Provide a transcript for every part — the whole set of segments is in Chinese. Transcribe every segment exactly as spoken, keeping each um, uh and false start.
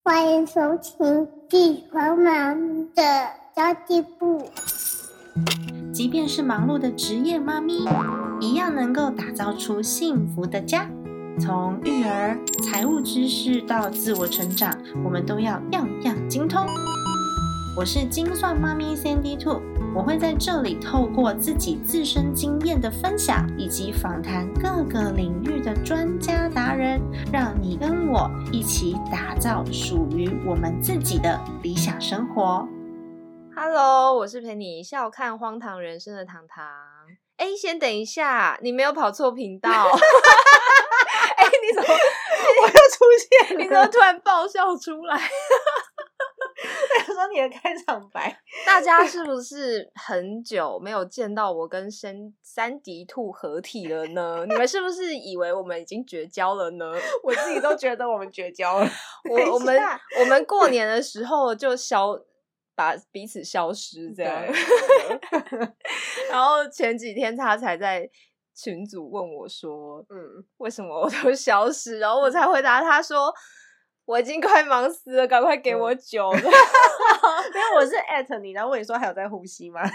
欢迎收听地狂忙的交际部。 即便是忙碌的职业妈咪，一样能够打造出幸福的家。从育儿、财务知识到自我成长，我们都要样样精通。我是精算妈咪 Sandy Two， 我会在这里透过自己自身经验的分享，以及访谈各个领域的专家达人，让你跟我一起打造属于我们自己的理想生活。 Hello， 我是陪你笑看荒唐人生的糖糖。哎，先等一下，你没有跑错频道。哎，你怎么我又出现了？ 你怎么突然爆笑出来？ 我说你的开场白， 大家是不是很久没有见到我跟山山迪兔合体了呢？你们是不是以为我们已经绝交了呢？ 我自己都觉得我们绝交了。 我我们我们过年的时候就消把彼此消失这样。然后前几天他才在群组问我说，嗯，为什么我都消失？然后我才回答他说，我已经快忙死了，赶快给我酒了。 因为我是 at 你，然后问你说还有在呼吸吗？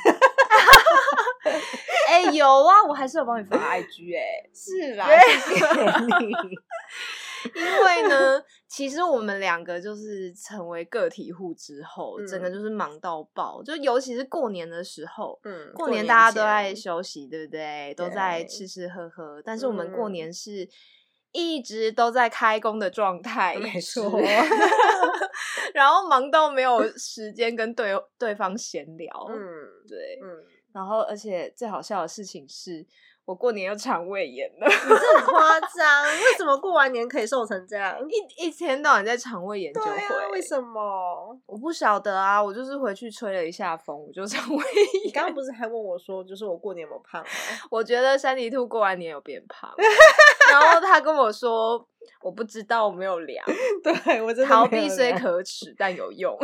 哎、欸，有啊，我还是有帮你发 I G 哎、欸， 是啦，谢谢你。 因为呢，其实我们两个就是成为个体户之后，嗯、整个就是忙到爆，就尤其是过年的时候，嗯，过年大家都在休息，对不对？都在吃吃喝喝，但是我们过年是一直都在开工的状态， 没错。 然后忙到没有时间跟对对方闲聊，嗯，对，嗯，然后而且最好笑的事情是，我过年又肠胃炎了。 你这很夸张，为什么过完年可以瘦成这样？ 一一天到晚在肠胃炎就会， 对啊，为什么？ 我不晓得啊，我就是回去吹了一下风，我就肠胃炎。 你刚刚不是还问我说，就是我过年有没有胖吗？ 我觉得山迪兔过完年有变胖，然后他跟我说，我不知道，我没有量。 对，我真的逃避虽可耻，但有用。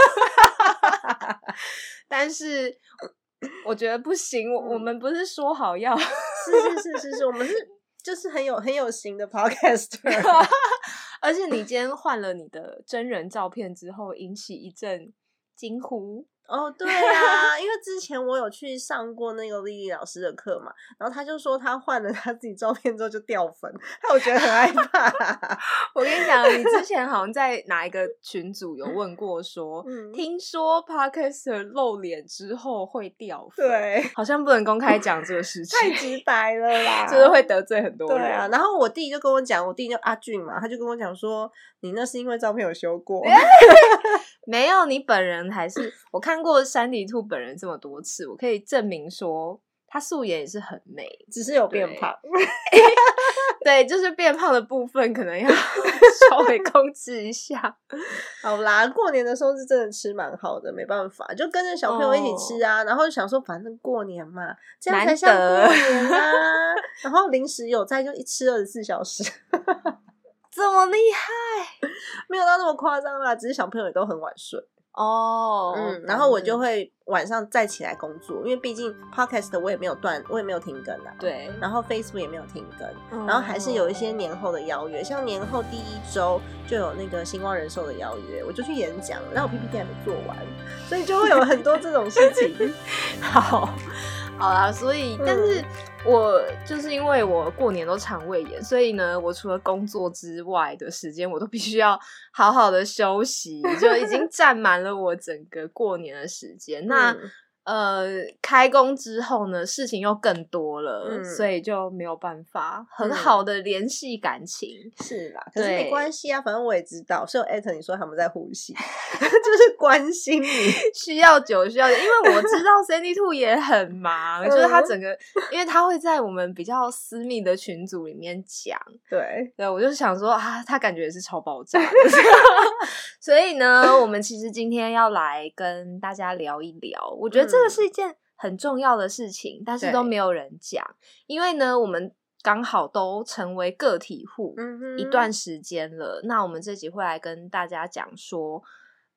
但是我觉得不行，我、嗯、我们不是说好要？ 是是是是是，我们是就是很有很有型的 podcaster。 而且你今天换了你的真人照片之后，引起一阵惊呼。 哦，对啊，因为之前我有去上过那个莉莉老师的课嘛，然后他就说他换了他自己照片之后就掉粉，害我觉得很害怕。 我跟你讲，你之前好像在哪一个群组有问过说，嗯、听说 podcaster 露脸之后会掉粉， 对， 好像不能公开讲这个事情， 太直白了啦， 就是会得罪很多人。 对啊，然后我弟就跟我讲，我弟就阿俊嘛，他就跟我讲说，你那是因为照片有修过。 没有，你本人还是我看过山迪兔本人这么多次，我可以证明说他素颜也是很美， 只是有变胖。 对，就是变胖的部分可能要稍微控制一下。 好啦，过年的时候是真的吃蛮好的，没办法，就跟着小朋友一起吃啊，哦、然后想说反正过年嘛，这样才像过年啊。然后零食有在，就一吃二十四小时。 这么厉害？ 没有到那么夸张啦，只是小朋友也都很晚睡哦。 嗯，然后我就会晚上再起来工作，因为毕竟 podcast 我也没有断，我也没有停更啊。 对。 然后 Facebook 也没有停更，嗯、然后还是有一些年后的邀约，像年后第一周就有那个星光人寿的邀约，我就去演讲，然后我 P P T 还没做完，所以就会有很多这种事情。 好。好啦，所以但是我就是因为我过年都肠胃炎，所以呢，我除了工作之外的时间，我都必须要好好的休息，就已经占满了我整个过年的时间。那、嗯、呃，开工之后呢，事情又更多了，嗯、所以就没有办法很好的联系感情。 嗯、是啦，可是没关系啊，反正我也知道，所以我艾特你说他们在呼吸，就是关心你， 需要酒需要酒，因为我知道 Sandy Two 也很忙，嗯、就是他整个，因为他会在我们比较私密的群组里面讲， 对， 对，我就想说啊，他感觉也是超爆炸的，所以呢，我们其实今天要来跟大家聊一聊，我觉得这个是一件很重要的事情，嗯、但是都没有人讲，因为呢，我们刚好都成为个体户一段时间了，嗯、那我们这集会来跟大家讲说，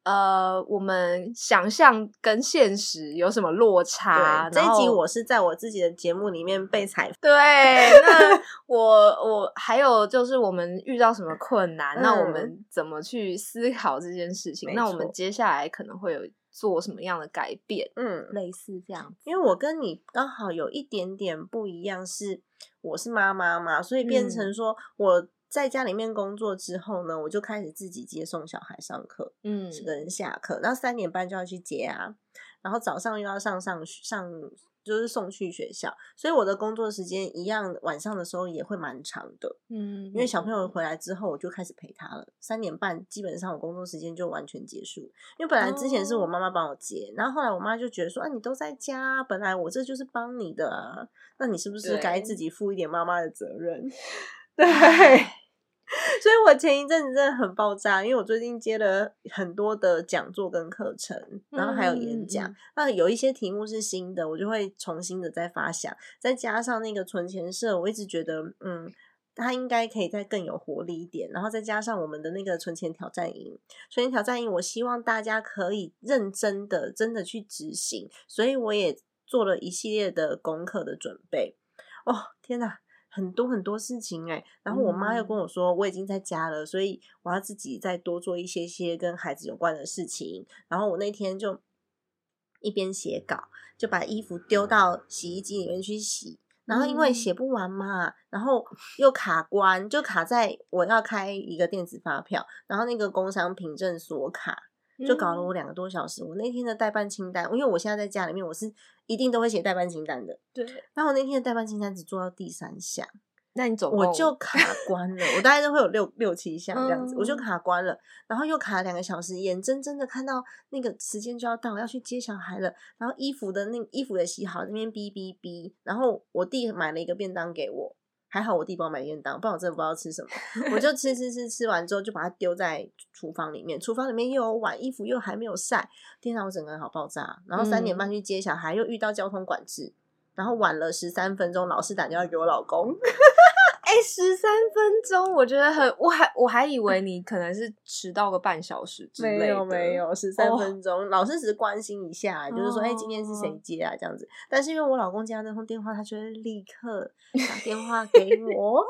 呃，我们想象跟现实有什么落差？ 对，这一集然后我是在我自己的节目里面被采访。 对，那我我还有就是我们遇到什么困难， 嗯那我们怎么去思考这件事情？ 没那我们错接下来可能会有做什么样的改变？ 嗯， 类似这样子。 因为我跟你刚好有一点点不一样，是我是妈妈嘛，所以变成说我在家里面工作之后呢，我就开始自己接送小孩上课， 嗯， 跟下课，然后三点半就要去接啊，然后早上又要上上上就是送去学校，所以我的工作时间一样，晚上的时候也会蛮长的。 嗯， 因为小朋友回来之后，我就开始陪他了。三点半基本上我工作时间就完全结束，因为本来之前是我妈妈帮我接，然后后来我妈就觉得说，啊，你都在家，本来我这就是帮你的啊，那你是不是该自己负一点妈妈的责任？对。所以我前一阵子真的很爆炸，因为我最近接了很多的讲座跟课程，然后还有演讲， 嗯嗯嗯那有一些题目是新的，我就会重新的再发想，再加上那个存钱社，我一直觉得嗯它应该可以再更有活力一点，然后再加上我们的那个存钱挑战营，存钱挑战营我希望大家可以认真的真的去执行，所以我也做了一系列的功课的准备。哦天哪，很多很多事情欸，然后我妈又跟我说我已经在家了，所以我要自己再多做一些些跟孩子有关的事情，然后我那天就一边写稿，就把衣服丢到洗衣机里面去洗，然后因为写不完嘛，然后又卡关，就卡在我要开一个电子发票，然后那个工商凭证锁卡，就搞了我两个多小时。我那天的代办清单，因为我现在在家里面，我是一定都会写代办清单的。 对， 然后我那天的代办清单只做到第三项， 那你总共我就卡关了。我大概都会有六六七项这样子， 嗯我就卡关了，然后又卡了两个小时，眼睁睁的看到那个时间就要到，要去接小孩了。然后衣服的那衣服也洗好，那边哔哔哔。然后我弟买了一个便当给我。还好我弟帮我买便当，不然我真的不知道吃什么。我就吃吃吃，吃完之后就把它丢在厨房里面，厨房里面又有碗，衣服又还没有晒，天哪，我整个人好爆炸。然后三点半去接小孩，又遇到交通管制，然后晚了十三分钟，老师打电话给我老公。 哎、欸，十三分钟，我觉得很，我还我还以为你可能是迟到个半小时之类的， 没有没有，十三分钟，哦、老师只是关心一下，就是说，哎、欸，今天是谁接啊这样子。但是因为我老公接到那通电话，他就会立刻打电话给我。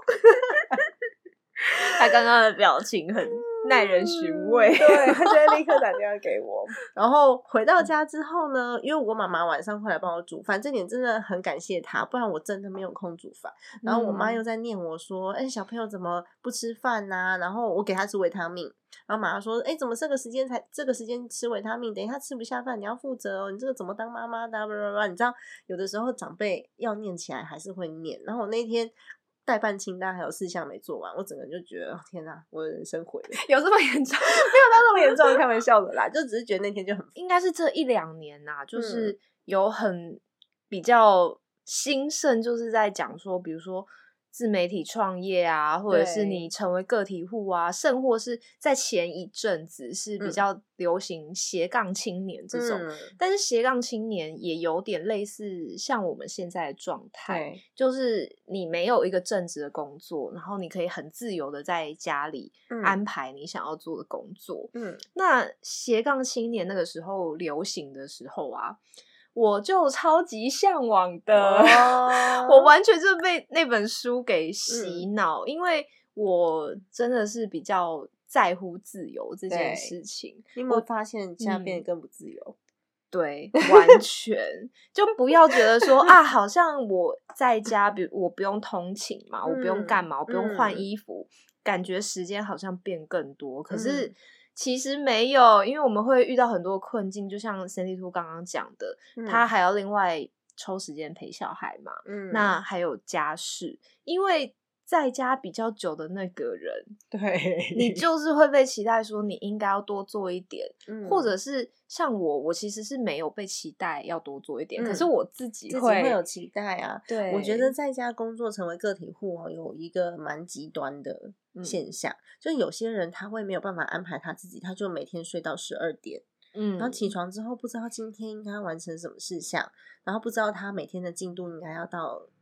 他刚刚的表情很耐人寻味， 嗯、对，他就会立刻打电话给我。然后回到家之后呢，因为我妈妈晚上会来帮我煮饭，这点真的很感谢她，不然我真的没有空煮饭。然后我妈又在念我说：“哎、嗯欸，小朋友怎么不吃饭啊？”然后我给他吃维他命，然后妈妈说：“哎、欸，怎么这个时间才这个时间吃维他命？等一下吃不下饭，你要负责哦，你这个怎么当妈妈的？”你知道，有的时候长辈要念起来还是会念。然后我那天。代办清单还有四项没做完，我整个人就觉得、哦、天哪，我的人生毁了。 有这么严重？ 没有到这么严重，开玩笑的啦，就只是觉得那天就很应该是这一两年呐、啊，就是有很比较兴盛，就是在讲说，比如说自媒体创业啊，或者是你成为个体户啊，甚或是在前一阵子是比较流行斜杠青年这种、嗯、但是斜杠青年也有点类似像我们现在的状态，就是你没有一个正职的工作，然后你可以很自由的在家里安排你想要做的工作。嗯，那斜杠青年那个时候流行的时候啊，我就超级向往的、oh. 我完全就被那本书给洗脑、嗯、因为我真的是比较在乎自由这件事情。 你有没有发现现在变得更不自由、嗯、 对，完全就不要觉得说啊，好像我在家比如我不用通勤嘛、嗯、我不用干嘛，我不用换衣服、嗯、感觉时间好像变更多，可是、嗯其实没有，因为我们会遇到很多困境，就像 Sandy Two 刚刚讲的、嗯、他还要另外抽时间陪小孩嘛、嗯、那还有家事，因为在家比较久的那个人， 对， 你就是会被期待说你应该要多做一点、嗯、或者是像我我其实是没有被期待要多做一点、嗯、可是我自己会自己会有期待啊。 对， 我觉得在家工作成为个体户有一个蛮极端的现象、嗯、就有些人他会没有办法安排他自己，他就每天睡到十二点，嗯，然后起床之后不知道今天应该要完成什么事项，然后不知道他每天的进度应该要到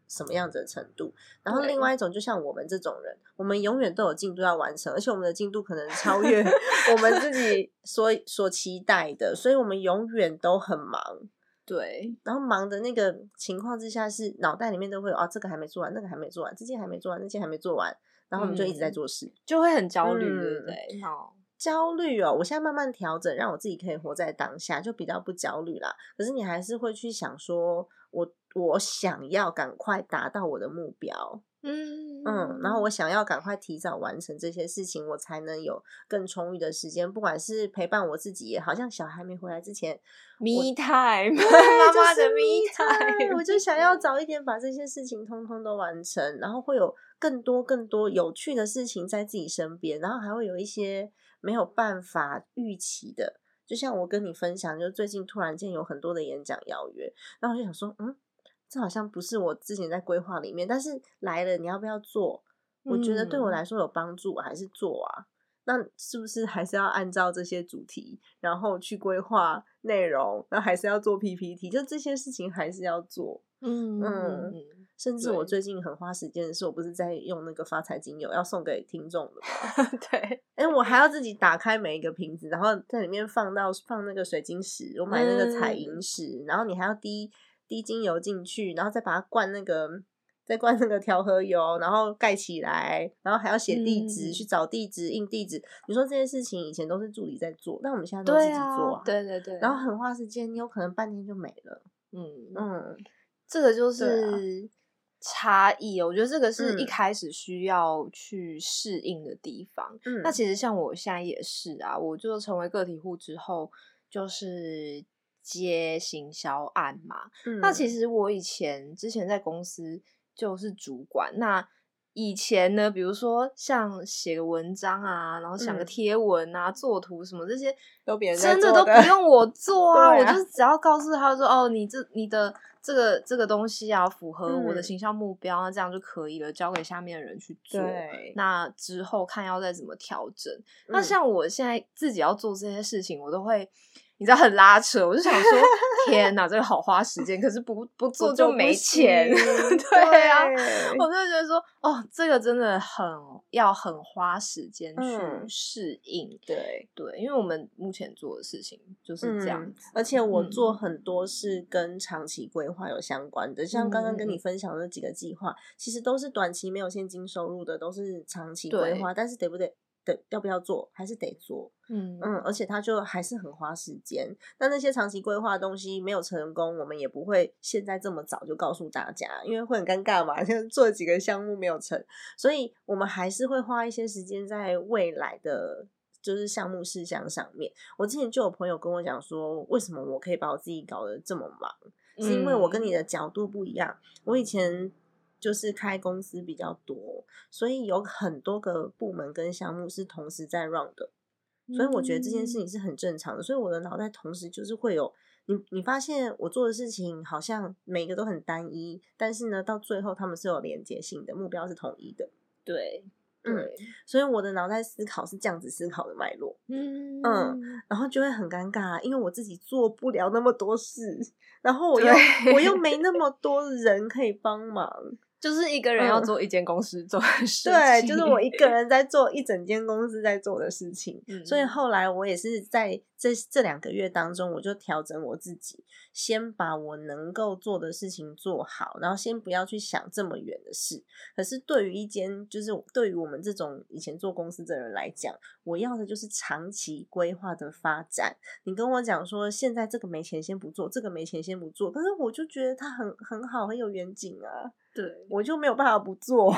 什么样子的程度。然后另外一种就像我们这种人，我们永远都有进度要完成，而且我们的进度可能超越我们自己所所期待的，所以我们永远都很忙。 对， 然后忙的那个情况之下，是脑袋里面都会有啊，这个还没做完，那个还没做完，这件还没做完，那件还没做完，然后我们就一直在做事， 嗯、就会很焦虑， 嗯、 对不对？好。 焦虑哦，我现在慢慢调整，让我自己可以活在当下，就比较不焦虑啦。可是你还是会去想说，我我想要赶快达到我的目标，嗯嗯，然后我想要赶快提早完成这些事情，我才能有更充裕的时间，不管是陪伴我自己也好，像小孩没回来之前 me time 妈妈的 me time， 我就想要早一点把这些事情通通都完成，然后会有更多更多有趣的事情在自己身边，然后还会有一些没有办法预期的，就像我跟你分享，就最近突然间有很多的演讲邀约，然后我就想说，嗯，这好像不是我之前在规划里面，但是来了你要不要做？我觉得对我来说有帮助，我还是做啊。那是不是还是要按照这些主题，然后去规划内容，然后还是要做 P P T， 就这些事情还是要做。嗯嗯，甚至我最近很花时间的是，我不是在用那个发财精油要送给听众的吗？ 对， 因为我还要自己打开每一个瓶子，然后在里面放到放那个水晶石，我买那个彩银石，嗯、然后你还要滴滴精油进去，然后再把它灌那个再灌那个调和油，然后盖起来，然后还要写地址、嗯、去找地址印地址。你说这些事情以前都是助理在做，但我们现在都自己做啊， 对对对， 然后很花时间，你有可能半天就没了。嗯嗯，这个就是差异、哦、我觉得这个是一开始需要去适应的地方。嗯，那其实像我现在也是啊，我就成为个体户之后，就是接行销案嘛。嗯，那其实我以前之前在公司就是主管，那以前呢，比如说像写个文章啊，然后想个贴文啊、嗯、作图什么这些， 都别人在做的， 真的都不用我做啊， 啊我就是只要告诉他说，哦，你这你的这个这个东西啊，符合我的形象目标，那、嗯、这样就可以了，交给下面的人去做。 对， 那之后看要再怎么调整。嗯、那像我现在自己要做这些事情，我都会。你知道很拉扯，我就想说，天哪，这个好花时间，可是不不做就没钱，对啊，我就觉得说，哦，这个真的很要很花时间去适应，嗯、对对，因为我们目前做的事情就是这样子， 嗯、而且我做很多是跟长期规划有相关的，嗯、像刚刚跟你分享的几个计划，嗯、其实都是短期没有现金收入的，都是长期规划，但是得不得？对，要不要做还是得做，嗯嗯，而且它就还是很花时间。那那些长期规划的东西没有成功，我们也不会现在这么早就告诉大家，因为会很尴尬嘛。现在做了几个项目没有成，所以我们还是会花一些时间在未来的就是项目事项上面。我之前就有朋友跟我讲说，为什么我可以把我自己搞得这么忙，是因为我跟你的角度不一样。我以前就是开公司比较多，所以有很多个部门跟项目是同时在 run 的，所以我觉得这件事情是很正常的。所以我的脑袋同时就是会有你，你发现我做的事情好像每个都很单一，但是呢，到最后他们是有连结性的，目标是统一的。 对， 嗯，所以我的脑袋思考是这样子思考的脉络，嗯嗯，然后就会很尴尬，因为我自己做不了那么多事，然后我又我又没那么多人可以帮忙。 就是一个人要做一间公司做的事情、嗯、 对，就是我一个人在做一整间公司在做的事情、嗯、所以后来我也是在这这两个月当中，我就调整我自己，先把我能够做的事情做好，然后先不要去想这么远的事。可是对于一间就是对于我们这种以前做公司的人来讲，我要的就是长期规划的发展。你跟我讲说现在这个没钱先不做，这个没钱先不做，可是我就觉得它很很好，很有远景啊， 对， 我就没有办法不做。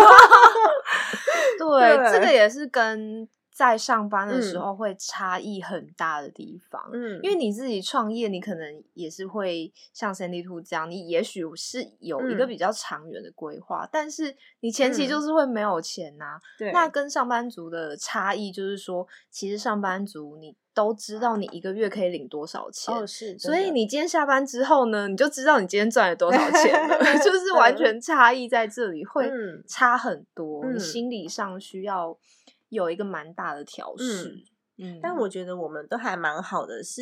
对，这个也是跟在上班的时候会差异很大的地方。嗯，因为你自己创业，你可能也是会像 Sandy Two 这样，你也许是有一个比较长远的规划、嗯，但是你前期就是会没有钱啊。对、嗯，那跟上班族的差异就是说，其实上班族你都知道你一个月可以领多少钱， 哦，是， 所以你今天下班之后呢，你就知道你今天赚了多少钱了，就是完全差异在这里会差很多，嗯、你心理上需要有一个蛮大的调试。 嗯嗯，但我觉得我们都还蛮好的，是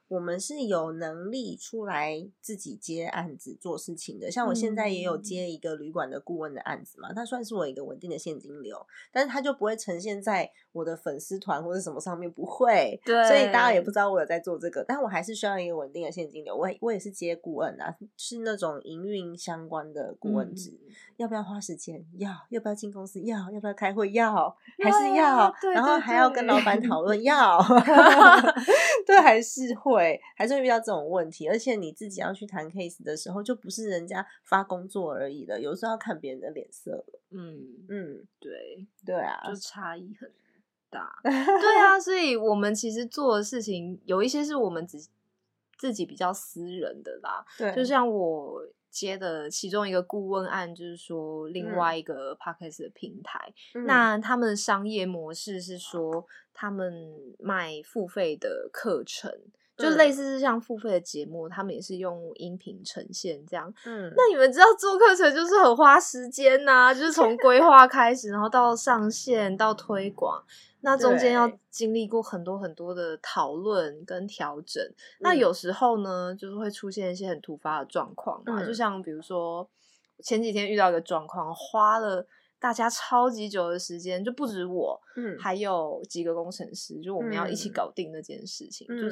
我们是有能力出来自己接案子做事情的。像我现在也有接一个旅馆的顾问的案子嘛，它算是我一个稳定的现金流，但是它就不会呈现在我的粉丝团或者什么上面，不会。 对， 所以大家也不知道我有在做这个，但我还是需要一个稳定的现金流。我也我也是接顾问啊，是那种营运相关的顾问职、嗯、要不要花时间？要。要不要进公司？要。要不要开会？要。还是要。 对对对， 然后还要跟老板讨论？要。对，还是会还是会遇到这种问题，而且你自己要去谈 case 的时候，就不是人家发工作而已了，有时候要看别人的脸色了。 嗯嗯， 对对啊， 就差异很大。对啊，所以我们其实做的事情有一些是我们自自己比较私人的啦。 对， 就像我接的其中一个顾问案，就是说另外一个 podcast 的平台、嗯、那他们的商业模式是说他们卖付费的课程，就类似是像付费的节目、嗯、他们也是用音频呈现这样。嗯，那你们知道做课程就是很花时间啊，就是从规划开始然后到上线到推广，那中间要经历过很多很多的讨论跟调整、嗯、那有时候呢就是会出现一些很突发的状况嘛、嗯、就像比如说前几天遇到一个状况，花了大家超级久的时间，就不止我、嗯、还有几个工程师，就我们要一起搞定那件事情、嗯、就是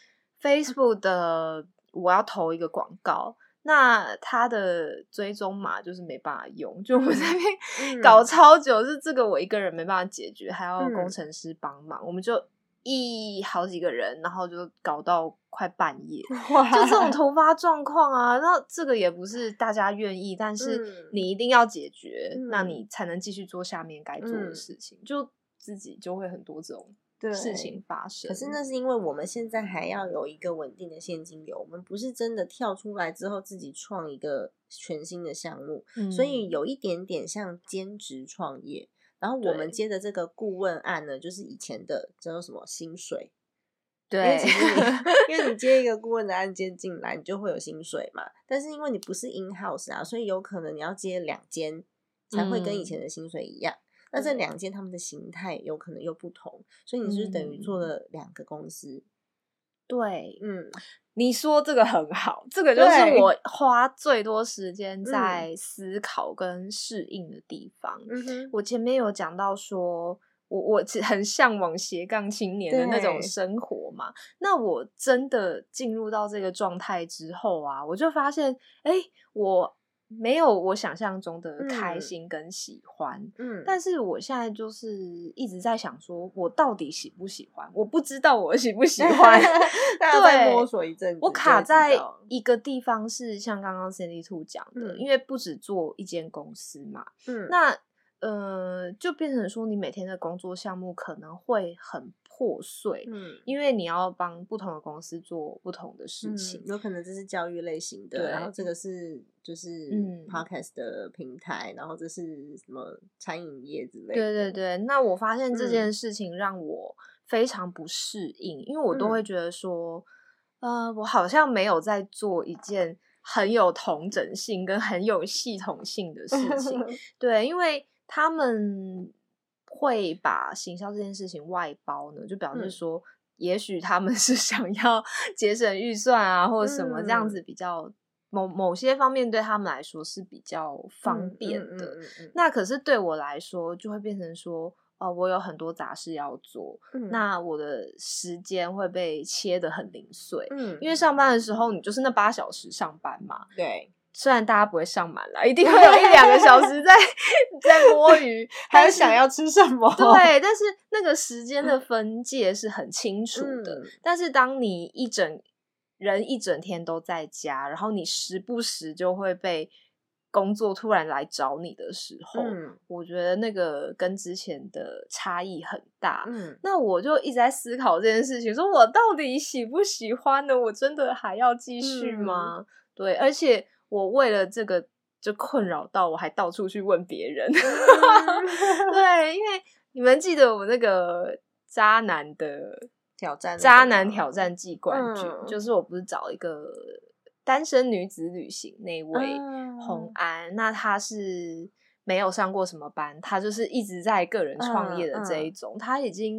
Facebook 的我要投一个广告，那他的追踪码就是没办法用，就我们在那边搞超久、嗯、是这个我一个人没办法解决，还要工程师帮忙、嗯、我们就一好几个人，然后就搞到快半夜，就这种突发状况啊，那这个也不是大家愿意，但是你一定要解决、嗯、那你才能继续做下面该做的事情、嗯、就自己就会很多这种事情发生。 可是那是因为我们现在还要有一个稳定的现金流，我们不是真的跳出来之后自己创一个全新的项目、嗯、所以有一点点像兼职创业。然后我们接的这个顾问案呢，就是以前的叫做什么薪水。 对， 因为其实你因为你接一个顾问的案件进来，你就会有薪水嘛。但是因为你不是 in house 啊，所以有可能你要接两间才会跟以前的薪水一样。嗯、那这两间他们的形态有可能又不同，所以你就是等于做了两个公司。 对，嗯，你说这个很好，这个就是我花最多时间在思考跟适应的地方。嗯、我前面有讲到说我我很向往斜杠青年的那种生活嘛，那我真的进入到这个状态之后啊，我就发现哎，我没有我想象中的开心跟喜欢，嗯，但是我现在就是一直在想说我到底喜不喜欢，我不知道我喜不喜欢大家再摸索一阵子， 我卡在一个地方是像刚刚 Sandy Two 讲的、嗯、因为不只做一间公司嘛，嗯，那呃，就变成说你每天的工作项目可能会很破碎，嗯，因为你要帮不同的公司做不同的事情， 嗯、有可能这是教育类型的，然后这个是就是嗯 podcast 的平台，然后这是什么餐饮业之类的， 对对对。那我发现这件事情让我非常不适应，嗯、因为我都会觉得说，嗯、呃，我好像没有在做一件很有统整性跟很有系统性的事情，对，因为他们会把行销这件事情外包呢，就表示说、嗯、也许他们是想要节省预算啊或者什么，这样子比较、嗯、某某些方面对他们来说是比较方便的、嗯嗯嗯嗯嗯、那可是对我来说就会变成说哦，我有很多杂事要做、嗯、那我的时间会被切得很零碎、嗯、因为上班的时候你就是那八小时上班嘛， 对， 虽然大家不会上满啦，一定会有一两个小时在在摸鱼， 还有想要吃什么， 对，但是那个时间的分界是很清楚的、嗯、但是当你一整人一整天都在家，然后你时不时就会被工作突然来找你的时候、嗯、我觉得那个跟之前的差异很大、嗯、那我就一直在思考这件事情，说我到底喜不喜欢呢？我真的还要继续吗、嗯、对，而且我为了这个就困扰到我还到处去问别人、嗯、对，因为你们记得我那个渣男的挑战渣男挑战季冠军、嗯、就是我不是找一个单身女子旅行那位洪安、嗯、那他是没有上过什么班，他就是一直在个人创业的这一种、嗯嗯、他已经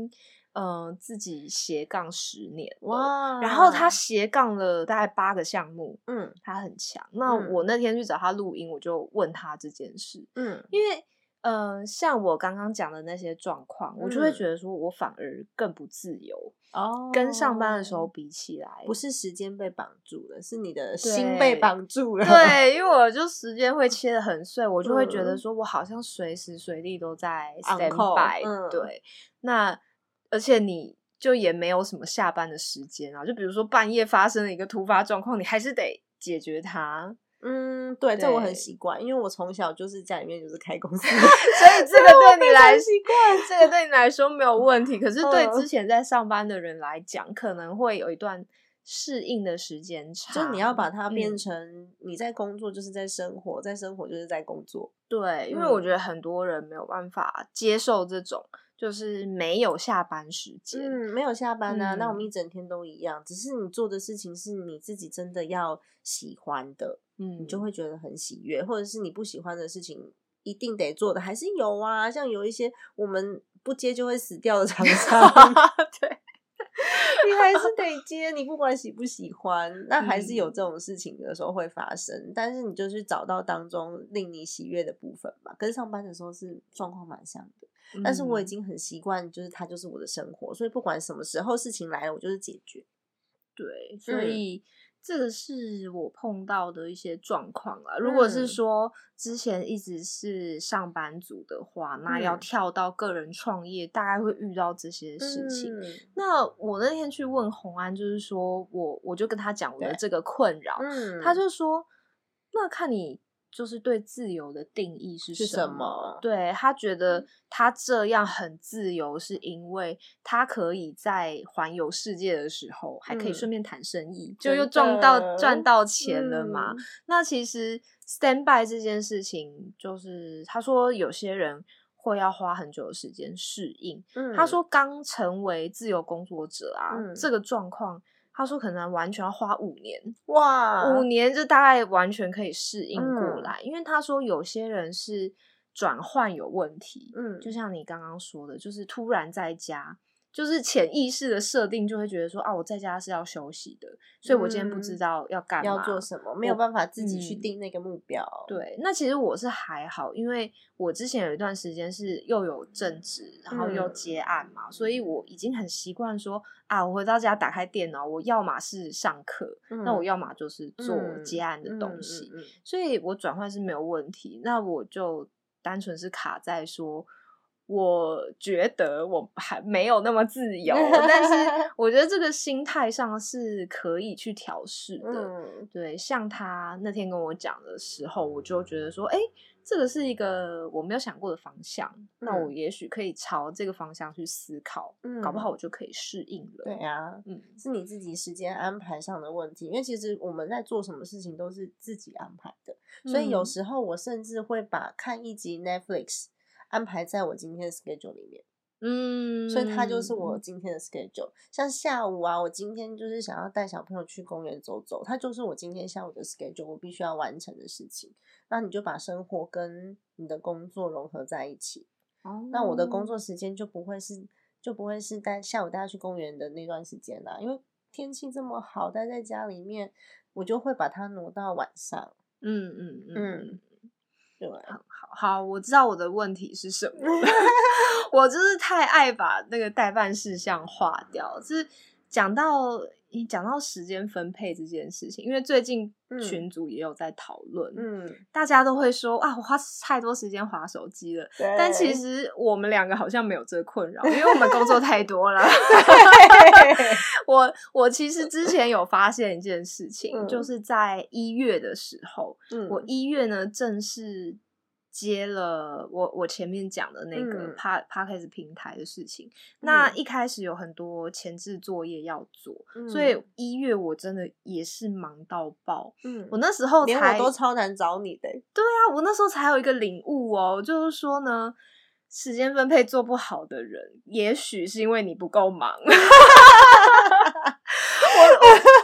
呃自己斜杠十年哇， 然后他斜杠了大概八个项目， 嗯， 他很强。那我那天去找他录音，我就问他这件事， 嗯， 因为呃，像我刚刚讲的那些状况，我就会觉得说我反而更不自由。 哦， 跟上班的时候比起来， 不是时间被绑住了，是你的心被绑住了。 对，因为我就时间会切得很碎，我就会觉得说我好像随时随地都在 stand by、嗯。对，那而且你就也没有什么下班的时间啊，就比如说半夜发生了一个突发状况，你还是得解决它。 嗯，对，对这我很习惯，因为我从小就是家里面就是开公司，所以这个对你来习惯，这个对你来说没有问题。可是对之前在上班的人来讲，可能会有一段适应的时间长， 就你要把它变成你在工作就是在生活，嗯、在生活就是在工作。 对，因为我觉得很多人没有办法接受这种。就是没有下班时间， 嗯，没有下班啊、嗯，那我们一整天都一样，只是你做的事情是你自己真的要喜欢的，嗯，你就会觉得很喜悦，或者是你不喜欢的事情一定得做的还是有啊，像有一些我们不接就会死掉的厂商，对，你还是得接，你不管喜不喜欢，那还是有这种事情的时候会发生，嗯、但是你就去找到当中令你喜悦的部分吧，跟上班的时候是状况蛮像的。但是我已经很习惯，就是它就是我的生活，所以不管什么时候事情来了，我就是解决。 对，所以这个是我碰到的一些状况啦。如果是说之前一直是上班族的话，嗯、那要跳到个人创业，大概会遇到这些事情。嗯、那我那天去问洪安，就是说我我就跟他讲我的这个困扰，嗯、他就说，那看你。就是对自由的定义是什么？ 是什么？ 对，他觉得他这样很自由，是因为他可以在环游世界的时候，还可以顺便谈生意，嗯、就又赚到赚到钱了嘛。嗯、那其实 stand by 这件事情，就是他说有些人会要花很久的时间适应。嗯、他说刚成为自由工作者啊，嗯、这个状况。他说可能完全要花五年， 哇， 五年就大概完全可以适应过来，嗯、因为他说有些人是转换有问题，嗯，就像你刚刚说的，就是突然在家，就是潜意识的设定就会觉得说啊，我在家是要休息的，所以我今天不知道要干嘛， 要做什么，没有办法自己去定那个目标。 嗯、对，那其实我是还好，因为我之前有一段时间是又有正职，然后又接案嘛，嗯、所以我已经很习惯说啊，我回到家打开电脑，我要么是上课，嗯、那我要么就是做接案的东西，嗯嗯嗯嗯、所以我转换是没有问题。那我就单纯是卡在说。我觉得我还没有那么自由，但是我觉得这个心态上是可以去调试的。嗯、对，像他那天跟我讲的时候，我就觉得说，哎，这个是一个我没有想过的方向，嗯、那我也许可以朝这个方向去思考，嗯、搞不好我就可以适应了。 对啊，嗯，是你自己时间安排上的问题，因为其实我们在做什么事情都是自己安排的，嗯、所以有时候我甚至会把看一集 Netflix。安排在我今天的 schedule 里面，嗯，所以它就是我今天的 schedule。像下午啊，我今天就是想要带小朋友去公园走走，它就是我今天下午的 schedule， 我必须要完成的事情。那你就把生活跟你的工作融合在一起，哦，那我的工作时间就不会是就不会是带下午带他去公园的那段时间啦，因为天气这么好，待在家里面，我就会把它挪到晚上。嗯嗯嗯。嗯对，好好，我知道我的问题是什么了。我就是太爱把那个待办事项划掉。就是讲到你讲到时间分配这件事情，因为最近群组也有在讨论，嗯，大家都会说啊，我花太多时间滑手机了。但其实我们两个好像没有这个困扰，因为我们工作太多了。我我其实之前有发现一件事情，嗯、就是在一月的时候，嗯、我一月呢正式接了我我前面讲的那个 Podcast 平台的事情。嗯、那一开始有很多前置作业要做，嗯、所以一月我真的也是忙到爆。嗯，我那时候才连我都超难找你的。 对啊，我那时候才有一个领悟哦，就是说呢，时间分配做不好的人，也许是因为你不够忙。我我我真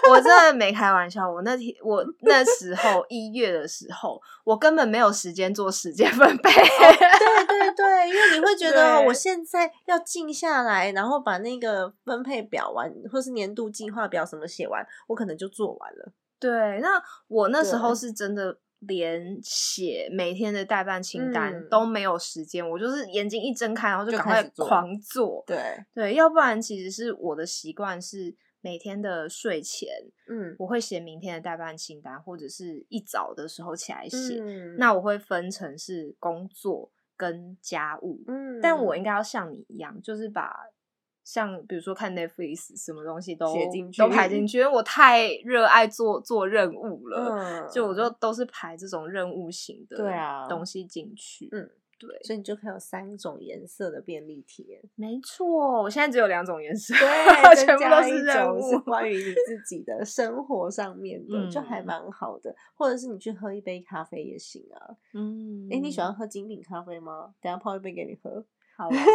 的没开玩笑，我那天我那时候一月的时候，我根本没有时间做时间分配。 哦、对对对，因为你会觉得我现在要静下来，然后把那个分配表完，或是年度计划表什么写完，我可能就做完了。 对，那我那时候是真的连写每天的代办清单都没有时间、嗯、我就是眼睛一睁开然后就赶快狂做。 对对，要不然其实是我的习惯是每天的睡前嗯， 我会写明天的代办清单，或者是一早的时候起来写、 嗯、 那我会分成是工作跟家务。嗯，但我应该要像你一样，就是把像比如说看 Netflix 什么东西都写进去都排进去，因为我太热爱做做任务了、 嗯、 就我就都是排这种任务型的东西进去。 嗯，对，所以你就可以有三种颜色的便利贴。 没错，我现在只有两种颜色， 对， 全部都是任务， 是关于你自己的生活上面的、嗯、就还蛮好的。或者是你去喝一杯咖啡也行啊。嗯，诶，你喜欢喝精品咖啡吗？等一下泡一杯给你喝。 好啊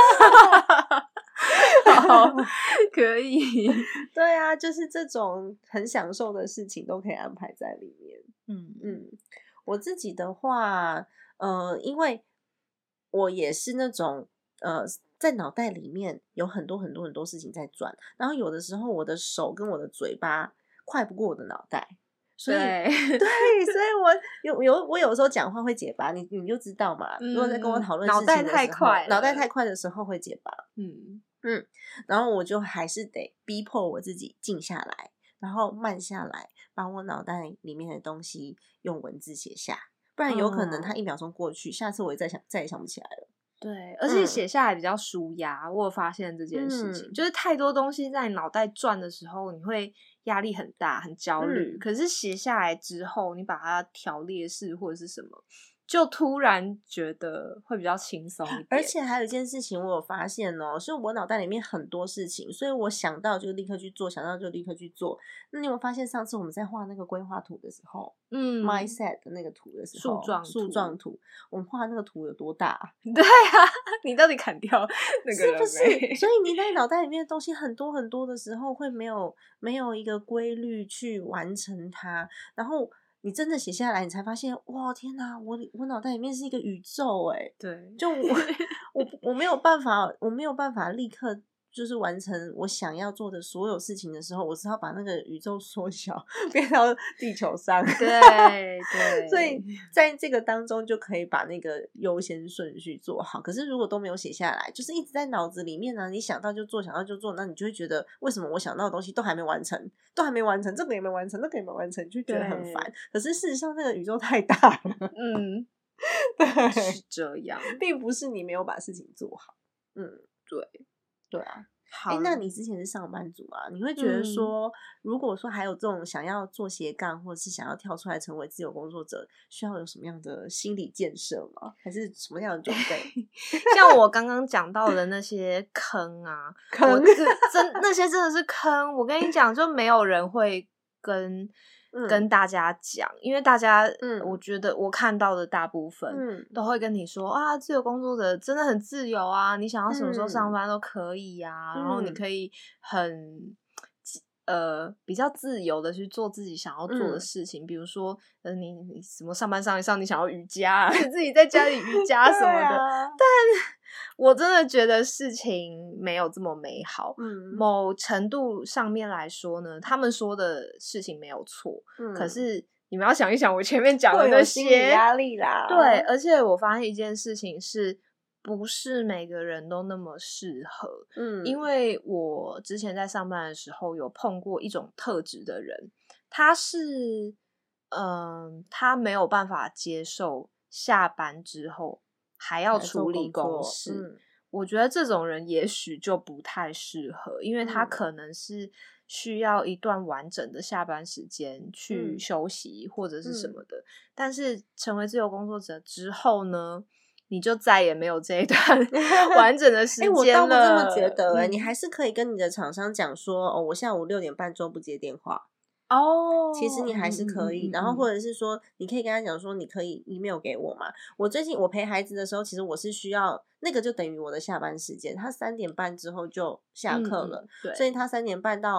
好，可以。 对啊，就是这种很享受的事情都可以安排在里面。嗯嗯，我自己的话，呃，因为我也是那种呃，在脑袋里面有很多很多很多事情在转，然后有的时候我的手跟我的嘴巴快不过我的脑袋。所以对对，所以我有有我有时候讲话会结巴，你你就知道嘛。嗯、如果在跟我讨论事情的时候， 脑袋太快， 脑袋太快的时候会结巴。 嗯嗯，然后我就还是得逼迫我自己静下来，然后慢下来，把我脑袋里面的东西用文字写下，不然有可能它一秒钟过去，嗯、下次我也再想再也想不起来了。 对，而且写下来比较舒压、嗯、我有发现这件事情、嗯、就是太多东西在脑袋转的时候你会压力很大很焦虑、嗯、可是写下来之后你把它条列式或者是什么，就突然觉得会比较轻松一点。 而且还有一件事情我有发现哦，是我脑袋里面很多事情，所以我想到就立刻去做，想到就立刻去做。那你有没有发现上次我们在画那个规划图的时候，嗯 mindset 的那个图的时候， 树状树状图，我们画那个图有多大？ 对啊，你到底砍掉那个人没？ 是不是？所以你在脑袋里面的东西很多很多的时候，会没有没有一个规律去完成它，然后你真的写下来，你才发现，哇，天哪！我我脑袋里面是一个宇宙，哎， 对， 就我我我没有办法，我没有办法立刻就是完成我想要做的所有事情的时候，我只好把那个宇宙缩小，变到地球上。 对对， 所以在这个当中就可以把那个优先顺序做好。可是如果都没有写下来，就是一直在脑子里面呢、啊，你想到就做，想到就做，那你就会觉得为什么我想到的东西都还没完成，都还没完成，这个也没完成，那个也没完成，就觉得很烦。可是事实上，那个宇宙太大了， 嗯， 对， 是这样， 并不是你没有把事情做好。嗯， 对。 对啊，哎，那你之前是上班族啊？你会觉得说，嗯、如果说还有这种想要做斜杠，或者是想要跳出来成为自由工作者，需要有什么样的心理建设吗？还是什么样的准备？ 像我刚刚讲到的那些坑啊， 坑真那些真的是坑。我跟你讲，就没有人会跟。嗯、跟大家讲，因为大家，嗯，我觉得我看到的大部分，嗯，都会跟你说啊，自由工作者真的很自由啊，你想要什么时候上班都可以啊，嗯、然后你可以很，呃，比较自由的去做自己想要做的事情，嗯、比如说，呃，你你什么上班上一上，你想要瑜伽、啊，自己在家里瑜伽什么的，啊、但我真的觉得事情没有这么美好。嗯，某程度上面来说呢，他们说的事情没有错。嗯，可是你们要想一想，我前面讲的那些，会有心理压力啦。 对，而且我发现一件事情是，不是每个人都那么适合。嗯，因为我之前在上班的时候有碰过一种特质的人，他是，嗯、呃，他没有办法接受下班之后还要处理公事。嗯，我觉得这种人也许就不太适合，因为他可能是需要一段完整的下班时间去休息或者是什么的。嗯、但是成为自由工作者之后呢，你就再也没有这一段完整的时间了。 欸、我倒不这么觉得、欸嗯、你还是可以跟你的厂商讲说，哦，我下午六点半之后不接电话。 哦， 其实你还是可以，嗯嗯嗯嗯，然后或者是说，你可以跟他讲说，你可以 email 给我嘛。我最近我陪孩子的时候，其实我是需要那个就等于我的下班时间，他三点半之后就下课了，嗯嗯，所以他三点半到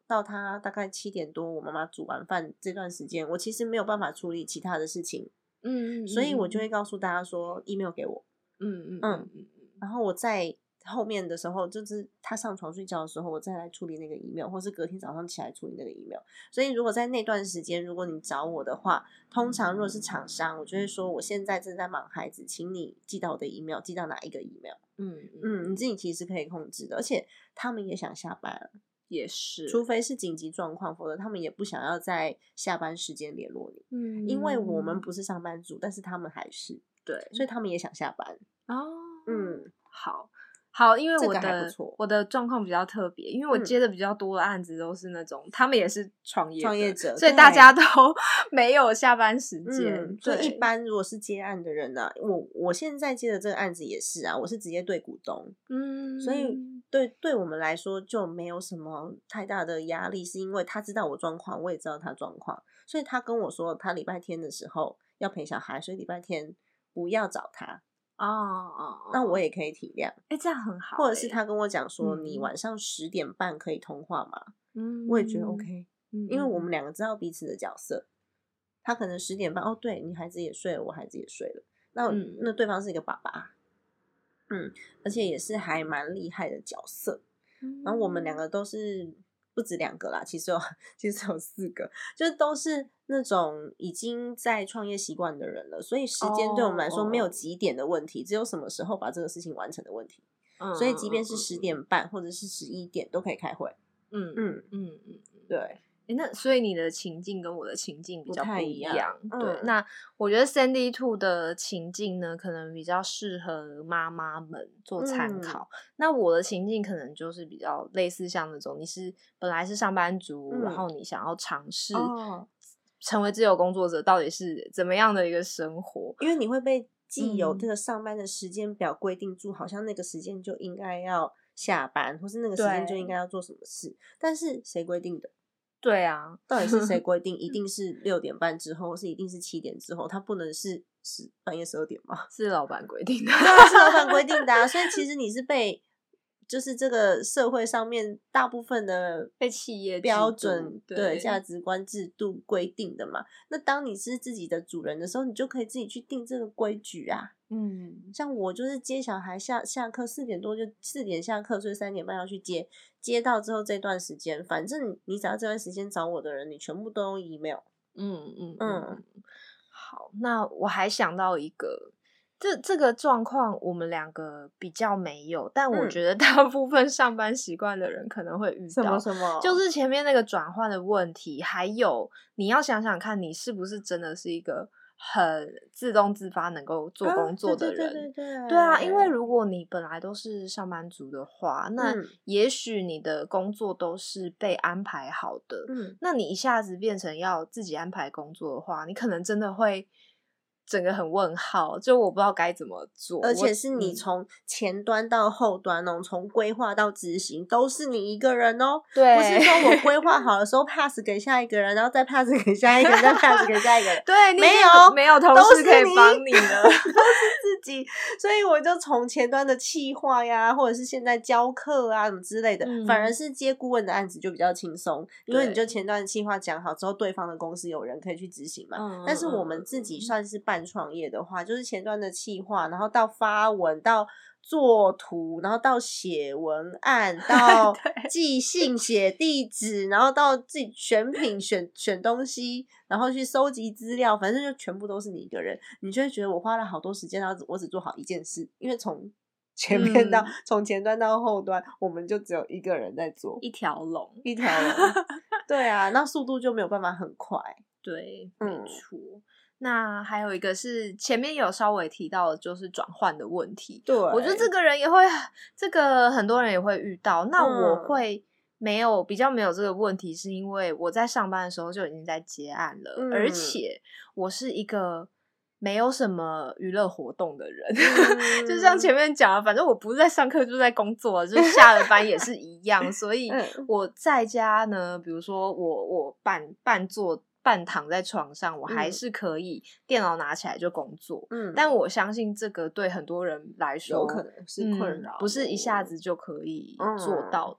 到他大概七点多，我妈妈煮完饭这段时间，我其实没有办法处理其他的事情， 嗯嗯， 所以我就会告诉大家说 email 给我， 嗯嗯嗯嗯，然后我在后面的时候，就是他上床睡觉的时候，我再来处理那个 email， 或是隔天早上起来处理那个 email。所以如果在那段时间，如果你找我的话，通常如果是厂商，我就会说我现在正在忙孩子，请你寄到我的 email， 寄到哪一个 email？ 嗯嗯，你自己其实可以控制的，而且他们也想下班， 也是， 除非是紧急状况，否则他们也不想要在下班时间联络你。 嗯， 因为我们不是上班族，但是他们还是， 对， 所以他们也想下班。 哦， 嗯， 好。好，因为我这个还的不错我的状况比较特别，因为我嗯接的比较多的案子都是那种、他们也是创业的创业者， 所以大家都没有下班时间、 嗯，所以对一般如果是接案的人呢、啊，我我现在接的这个案子也是啊，我是直接对股东， 嗯， 所以对对我们来说就没有什么太大的压力，是因为他知道我状况，我也知道他状况，所以他跟我说他礼拜天的时候要陪小孩，所以礼拜天不要找他。 哦哦， 那我也可以体谅， 哎、欸，这样很好、欸。 或者是他跟我讲说， 嗯、 你晚上十点半可以通话吗？ 嗯， 我也觉得 OK，、 嗯、 因为我们两个知道彼此的角色。他可能十点半，哦，对，你孩子也睡了，我孩子也睡了，那、嗯、那对方是一个爸爸，嗯，而且也是还蛮厉害的角色。嗯、然后我们两个都是。不止两个啦，其实有其实有四个，就都是那种已经在创业习惯的人了，所以时间对我们来说没有几点的问题， oh, oh. 只有什么时候把这个事情完成的问题。嗯、所以即便是十点半或者是十一点都可以开会。嗯嗯嗯嗯，对。 欸、那所以你的情境跟我的情境比较不一样， 不太一样对、嗯。那我觉得 Sandy Two 的情境呢，可能比较适合妈妈们做参考、嗯。那我的情境可能就是比较类似像那种，你是本来是上班族，嗯、然后你想要尝试成为自由工作者，到底是怎么样的一个生活？ 因为你会被既有这个上班的时间表规定住、嗯，好像那个时间就应该要下班，或是那个时间就应该要做什么事，但是谁规定的？ 对啊， 到底是谁规定一定是六点半之后，或是一定是七点之后？它不能是是半夜十二点吗？ 是老板规定的， 对啊，是老板规定的啊。所以其实你是被，就是这个社会上面大部分的被企业标准对价值观制度规定的嘛。那当你是自己的主人的时候，你就可以自己去定这个规矩啊。嗯，像我就是接小孩下下课四点多就四点下课，所以三点半要去接，接到之后这段时间，反正你只要这段时间找我的人，你全部都用 email。 嗯嗯嗯，好，那我还想到一个，这这个状况我们两个比较没有，但我觉得大部分上班习惯的人可能会遇到。 什么什么？ 就是前面那个转换的问题，还有你要想想看，你是不是真的是一个很自动自发能够做工作的人、啊、对对对对对啊，因为如果你本来都是上班族的话，那也许你的工作都是被安排好的、嗯、那你一下子变成要自己安排工作的话，你可能真的会整个很问号，就我不知道该怎么做， 而且是你从前端到后端哦，从规划到执行都是你一个人哦。 对， 不是说我规划好的时候 pass 给下一个人，然后再 pass 给下一个人，再 pass 给下一个人。 对， 没有没有同事可以帮你的， 都是自己。所以我就从前端的企划呀，或者是现在教课啊什么之类的、嗯，反而是接顾问的案子就比较轻松，因为你就前端的企划讲好之后，对方的公司有人可以去执行嘛。嗯、但是我们自己算是半创业的话，就是前端的企划，然后到发文，到做图，然后到写文案，到寄信、写地址，然后到自己选品、选选东西，然后去收集资料，反正就全部都是你一个人，你就会觉得我花了好多时间，然后我只做好一件事，因为从前面到从、嗯、前端到后端，我们就只有一个人在做一条龙， 一条龙。对啊，那速度就没有办法很快。 对，没错。嗯，那还有一个是前面有稍微提到的，就是转换的问题。 对， 我觉得这个人也会，这个很多人也会遇到。那我会没有、嗯、比较没有这个问题，是因为我在上班的时候就已经在接案了，嗯、而且我是一个没有什么娱乐活动的人，嗯、就像前面讲的，反正我不是在上课就是在工作，就是下了班也是一样。所以我在家呢，比如说我我半半坐。半躺在床上，我还是可以电脑拿起来就工作。嗯，但我相信这个对很多人来说有可能是困扰、 嗯，不是一下子就可以做到的。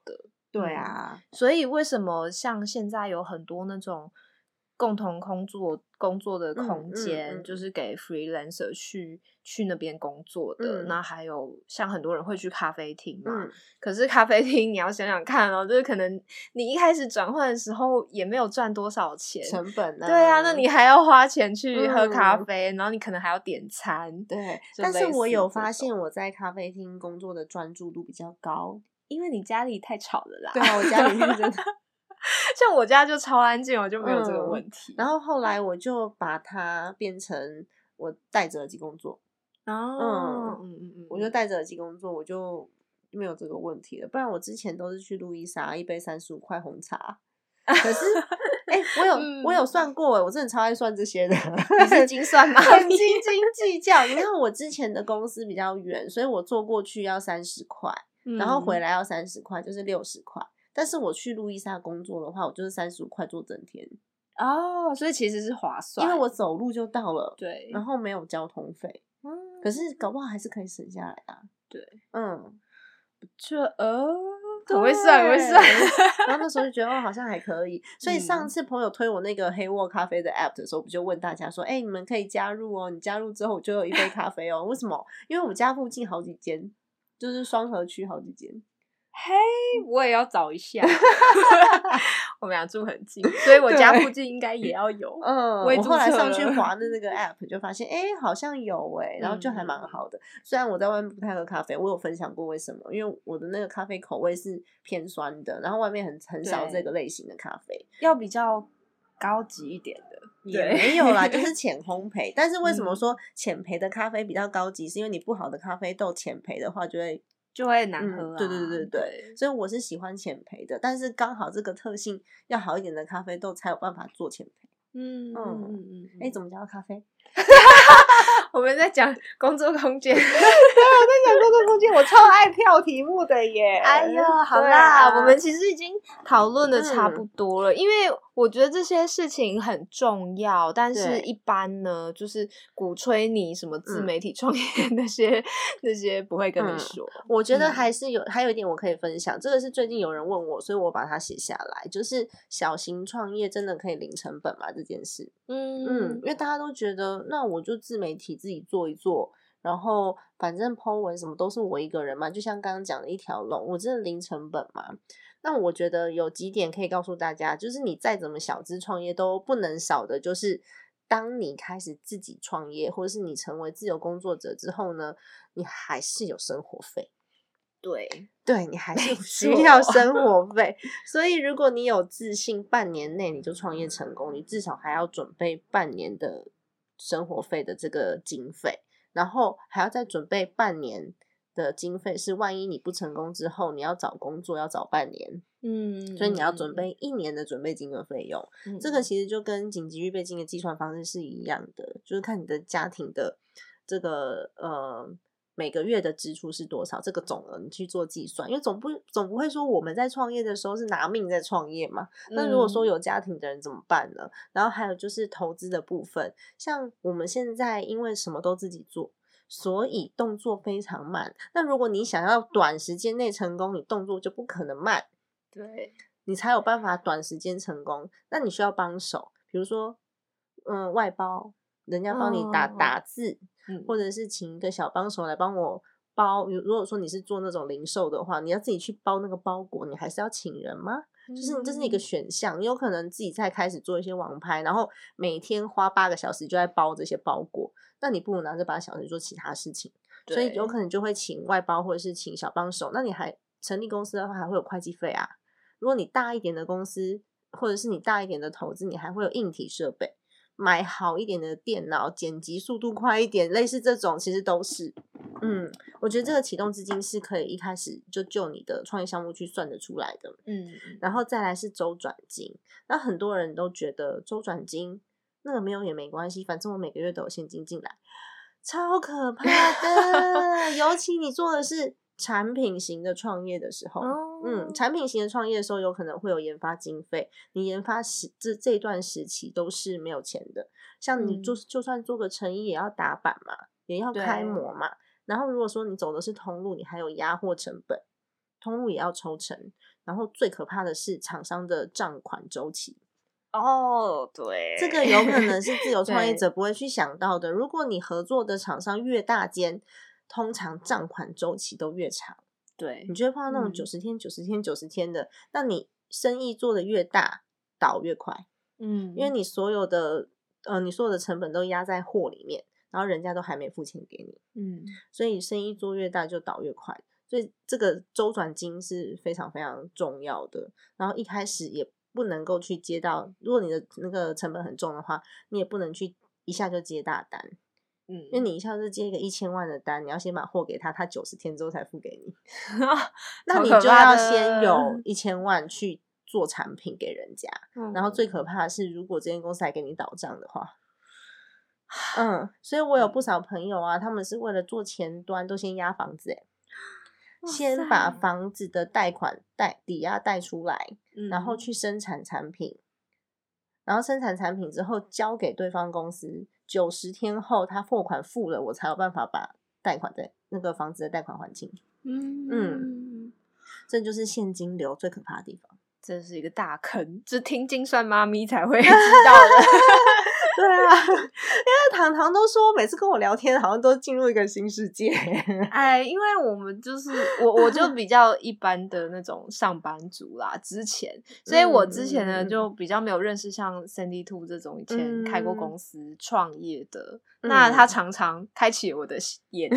对啊， 所以为什么像现在有很多那种共同工作工作的空间， 嗯嗯嗯就是给 freelancer 去去那边工作的。 嗯那还有像很多人会去咖啡厅嘛， 嗯可是咖啡厅你要想想看哦，就是可能你一开始转换的时候也没有赚多少钱， 成本啊， 对啊，那你还要花钱去喝咖嗯啡，然后你可能还要点餐， 对。 就但是我有类似这种发现我在咖啡厅工作的专注度比较高。 因为你家里太吵了啦。 对啊，我家里面真的像我家就超安静，我就没有这个问题。 嗯、然后后来我就把它变成我戴着耳机工作。 哦， 嗯嗯嗯嗯， 我就戴着耳机工作，我就没有这个问题了。不然我之前都是去路易莎一杯三十五块红茶。可是，哎、欸，我有、嗯、我有算过，我真的超爱算这些的。 你是精算吗？ 很斤斤计较。你看我之前的公司比较远，所以我坐过去要三十块。然后回来要三十块，就是六十块。但是我去路易莎工作的话，我就是三十五块做整天。 哦，所以其实是划算， 因为我走路就到了， 对， 然后没有交通费。 嗯， 可是搞不好还是可以省下来啊。 对， 嗯， 这呃，很会算，很会算。 然后那时候就觉得哦，好像还可以。所以上次朋友推我那个黑沃咖啡的 app 的时候，我就问大家说：“哎、欸，你们可以加入哦，你加入之后我就有一杯咖啡哦。”为什么？因为我们家附近好几间。就是双河区好几间， 嘿，我也要找一下。我们俩住很近，所以我家附近应该也要有。 嗯， 我, 我后来上去滑的那个 app 就发现，哎、欸，好像有哎、欸，然后就还蛮好的、嗯。虽然我在外面不太喝咖啡，我有分享过为什么，因为我的那个咖啡口味是偏酸的，然后外面很很少这个类型的咖啡， 要比较高级一点的。 也没有啦，就是浅烘焙。但是为什么说浅焙的咖啡比较高级？是因为你不好的咖啡豆浅焙的话，就会就会难喝啊。 嗯、对对对对对，所以我是喜欢浅焙的，但是刚好这个特性要好一点的咖啡豆才有办法做浅焙。 嗯嗯嗯嗯， 哎、欸，怎么讲到咖啡？ 我们在讲工作空间。 对，我在讲工作空间，我超爱跳题目的耶。 哎呦，好啦、啊，我们其实已经讨论的差不多了、嗯，因为我觉得这些事情很重要，但是一般呢，就是鼓吹你什么自媒体创业那些、嗯、那些不会跟你说。 嗯、我觉得还是有、嗯，还有一点我可以分享，这个是最近有人问我，所以我把它写下来，就是小型创业真的可以零成本吗？这件事，嗯嗯，因为大家都觉得，那我就自媒体自己做一做。然后反正 po 文什么都是我一个人嘛，就像刚刚讲的一条龙，我真的零成本嘛。那我觉得有几点可以告诉大家，就是你再怎么小资创业都不能少的，就是当你开始自己创业，或者是你成为自由工作者之后呢，你还是有生活费。 对对，你还是需要生活费。所以如果你有自信，半年内你就创业成功，你至少还要准备半年的生活费的这个经费。然后还要再准备半年的经费，是万一你不成功之后，你要找工作要找半年，嗯，所以你要准备一年的准备金的费用、嗯。这个其实就跟紧急预备金的计算方式是一样的，就是看你的家庭的这个呃每个月的支出是多少，这个总额你去做计算，因为总不总不会说我们在创业的时候是拿命在创业嘛。那如果说有家庭的人怎么办呢？然后还有就是投资的部分，像我们现在因为什么都自己做，所以动作非常慢。那如果你想要短时间内成功，你动作就不可能慢， 对， 你才有办法短时间成功。那你需要帮手，比如说嗯外包，人家帮你打、哦、打字。或者是请一个小帮手来帮我包，如果说你是做那种零售的话，你要自己去包那个包裹，你还是要请人吗？嗯、就是这是一个选项，你有可能自己再开始做一些网拍，然后每天花八个小时就在包这些包裹，那你不如拿这八个小时做其他事情，所以有可能就会请外包或者是请小帮手。那你还成立公司的话还会有会计费啊，如果你大一点的公司或者是你大一点的投资，你还会有硬体设备，买好一点的电脑，剪辑速度快一点，类似这种其实都是嗯，我觉得这个启动资金是可以一开始就就你的创业项目去算得出来的。嗯，然后再来是周转金，那很多人都觉得周转金那个没有也没关系，反正我每个月都有现金进来，超可怕的尤其你做的是产品型的创业的时候、oh. 嗯，产品型的创业的时候有可能会有研发经费，你研发时这这一段时期都是没有钱的，像你就、嗯、就算做个成衣也要打版嘛，也要开模嘛，然后如果说你走的是通路，你还有压货成本，通路也要抽成， 然后最可怕的是厂商的账款周期。 哦，对， 这个有可能是自由创业者不会去想到的。如果你合作的厂商越大间，通常账款周期都越长。 对， 你就会碰到那种九十天、九十天、九十天的，那你生意做的越大，倒越快。 嗯， 因为你所有的呃，你所有的成本都压在货里面，然后人家都还没付钱给你， 嗯， 所以生意做越大就倒越快。所以这个周转金是非常非常重要的。然后一开始也不能够去接到，如果你的那个成本很重的话，你也不能去一下就接大单。嗯，因为你一下就接一个一千万的单，你要先把货给他，他九十天之后才付给你，那你就要先有一千万去做产品给人家。嗯，然后最可怕的是，如果这间公司还给你倒账的话，嗯，所以我有不少朋友啊，他们是为了做前端，都先押房子、欸，先把房子的贷款贷抵押贷出来，嗯，然后去生产产品，然后生产产品之后交给对方公司。九十天后他货款付了，我才有办法把贷款的那个房子的贷款还清。嗯嗯，这就是现金流最可怕的地方。 这是一个大坑，只听精算妈咪才会知道的。 对啊，因为糖糖都说每次跟我聊天好像都进入一个新世界。 哎，因为我们就是我我就比较一般的那种上班族啦，之前，所以我之前呢、嗯、就比较没有认识像 Sandy Two 这种以前开过公司创业的、嗯、那他常常开启我的眼界。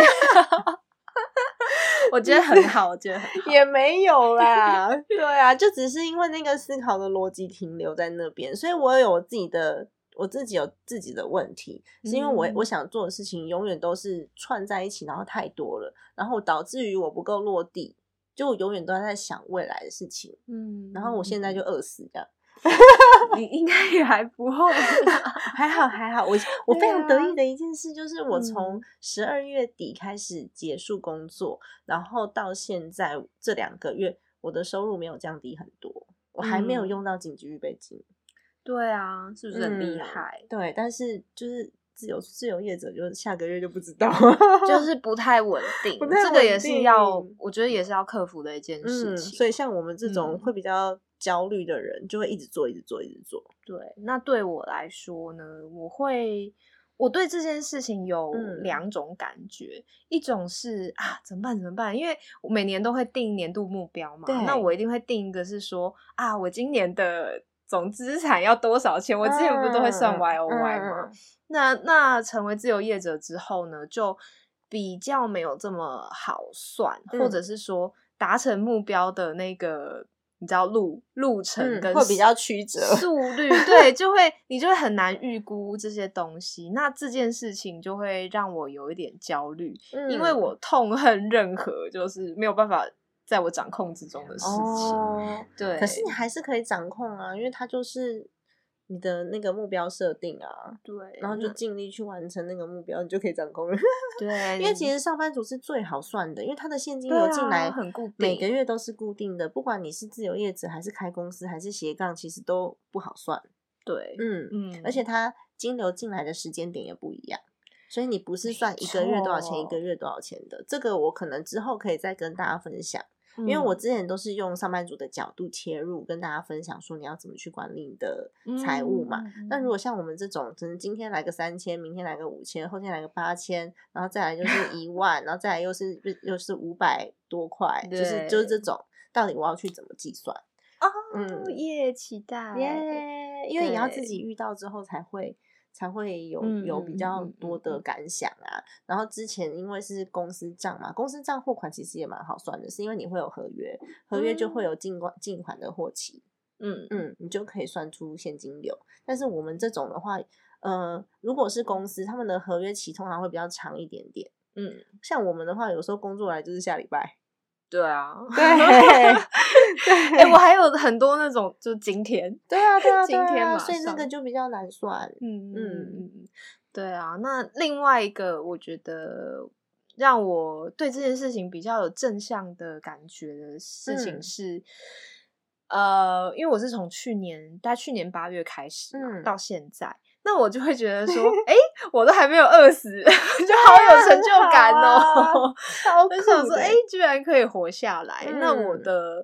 我觉得很好，我觉得很好， 也没有啦。对啊，就只是因为那个思考的逻辑停留在那边，所以我有我自己的，我自己有自己的问题，是因为我、嗯、我想做的事情永远都是串在一起，然后太多了，然后导致于我不够落地，就我永远都在想未来的事情，嗯，然后我现在就饿死这样。 你应该也还不会还好还好，我我非常得意的一件事就是我从十二月底开始结束工作、嗯、然后到现在这两个月我的收入没有降低很多，我还没有用到紧急预备金、嗯、 对啊，是不是很厉害、 嗯、对，但是就是自由自由业者就下个月就不知道就是不太稳定， 不太稳定， 这个也是要我觉得也是要克服的一件事情、 嗯、所以像我们这种会比较焦虑的人就会一直做一直做一直做。 对，那对我来说呢，我会我对这件事情有两种感觉、嗯、一种是啊怎么办怎么办，因为我每年都会定年度目标嘛，那我一定会定一个是说啊我今年的总资产要多少钱，我之前不是都会算 Y O Y 吗、嗯、那那成为自由业者之后呢，就比较没有这么好算、嗯、或者是说达成目标的那个你知道路路程跟、 嗯、会比较曲折， 速率对，就会你就会很难预估这些东西。那这件事情就会让我有一点焦虑、嗯、因为我痛恨任何就是没有办法在我掌控之中的事情、哦、对。 可是你还是可以掌控啊，因为它就是你的那个目标设定啊， 对， 然后就尽力去完成那个目标，你就可以掌控了。 对， 因为其实上班族是最好算的，因为他的现金流进来、 啊、很固定， 每个月都是固定的，不管你是自由业者还是开公司还是斜杠，其实都不好算。 对， 嗯嗯，而且它金流进来的时间点也不一样，所以你不是算一个月多少钱一个月多少钱的，这个我可能之后可以再跟大家分享。因为我之前都是用上班族的角度切入，跟大家分享说你要怎么去管理你的财务嘛、嗯、那如果像我们这种可能今天来个三千，明天来个五千，后天来个八千，然后再来就是一万然后再来又是又是五百多块，就是就是这种到底我要去怎么计算哦，嗯耶，期待耶，因为你要自己遇到之后才会才会有有比较多的感想啊、嗯嗯嗯嗯、然后之前因为是公司账嘛，公司账货款其实也蛮好算的，是因为你会有合约，合约就会有进款进款的货期，嗯嗯，你就可以算出现金流。但是我们这种的话呃，如果是公司他们的合约期通常会比较长一点点，嗯，像我们的话有时候工作来就是下礼拜。 对啊， 对对、 欸，我还有很多那种就今天， 对啊对啊今天马上， 所以那个就比较难算。 嗯嗯嗯，对啊。那另外一个我觉得让我对这件事情比较有正向的感觉的事情是、嗯、呃，因为我是从去年大概去年八月开始嘛、嗯、到现在，那我就会觉得说哎、欸，我都还没有饿死就好有成就感哦、喔、 超酷的， 就想说哎、欸，居然可以活下来、嗯、那我的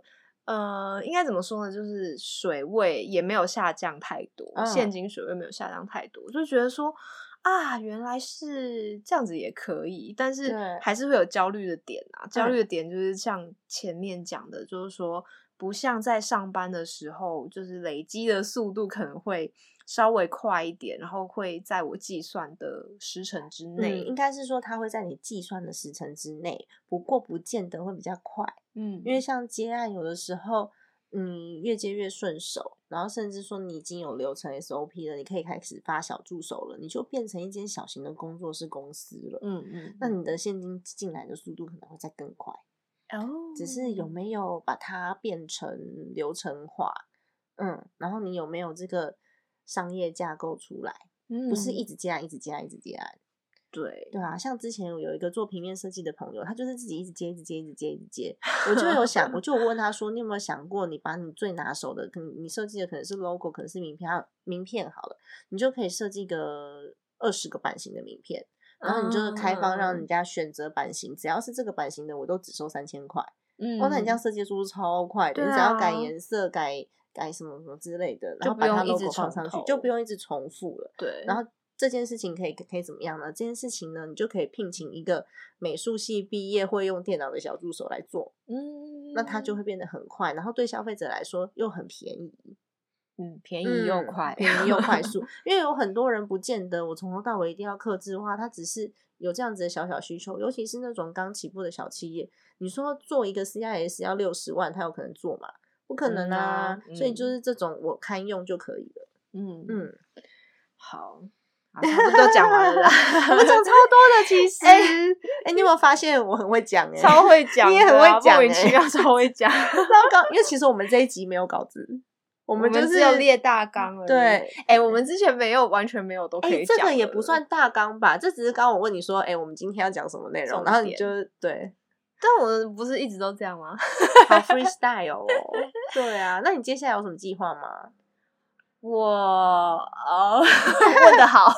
呃，应该怎么说呢？就是水位也没有下降太多， 嗯现金水位没有下降太多，我就觉得说啊，原来是这样子也可以，但是对还是会有焦虑的点啊。焦嗯虑的点就是像前面讲的，就是说不像在上班的时候，就是累积的速度可能会稍微快一点，然后会在我计算的时程之内。 嗯，应该是说它会在你计算的时程之内，不过不见得会比较快。 嗯， 因为像接案有的时候，你越接越顺手，然后甚至说你已经有流程 S O P 了，你可以开始发小助手了，你就变成一间小型的工作室公司了。 嗯嗯， 那你的现金进来的速度可能会再更快， 哦， 只是有没有把它变成流程化，嗯，然后你有没有这个商业架构出来， 嗯不是一直接案一直接案一直接案。 对对啊，像之前有一个做平面设计的朋友，他就是自己一直接、一直接、一直接、一直接。我就有想，我就有问他说，你有没有想过，你把你最拿手的，可能你设计的可能是 logo， 可能是名片，名片好了，你就可以设计个二十个版型的名片，然后你就是开放让人家选择版型，只要是这个版型的，我都只收三千块。 嗯， 哦，那你这样设计的速度超快的， 对啊你只要改颜色、改改什么什么之类的，然后把它就不用一直 logo 放上去， 重投就不用一直重复了。 对， 然后这件事情可以可以怎么样呢？这件事情呢，你就可以聘请一个美术系毕业会用电脑的小助手来做， 嗯， 那它就会变得很快，然后对消费者来说又很便宜， 嗯便宜又嗯快， 便宜又快速。因为有很多人不见得我从头到尾一定要客制化，他只是有这样子的小小需求，尤其是那种刚起步的小企业，你说做一个 C I S 要六十万，他有可能做吗？不可能啊， 嗯啊所以嗯就是这种我堪用就可以了。 嗯嗯， 好，好差不多都讲完了啦， 我们讲超多的，其实，哎、 哎你有没有发现我很会讲、欸？ 超会讲的啊， 你也很会讲莫名欸其妙超会讲。 糟糕，因为其实我们这一集没有稿子，我我们就是只有列大纲而已。 对， 哎、我们之前没有，完全没有都可哎、 以讲、 这个也不算大纲吧？这只是刚刚我问你说，哎、我们今天要讲什么内容， 重然后你点就对， 但我们不是一直都这样吗？ 好 freestyle 哦。对啊，那你接下来有什么计划吗？ 我哦，问得好，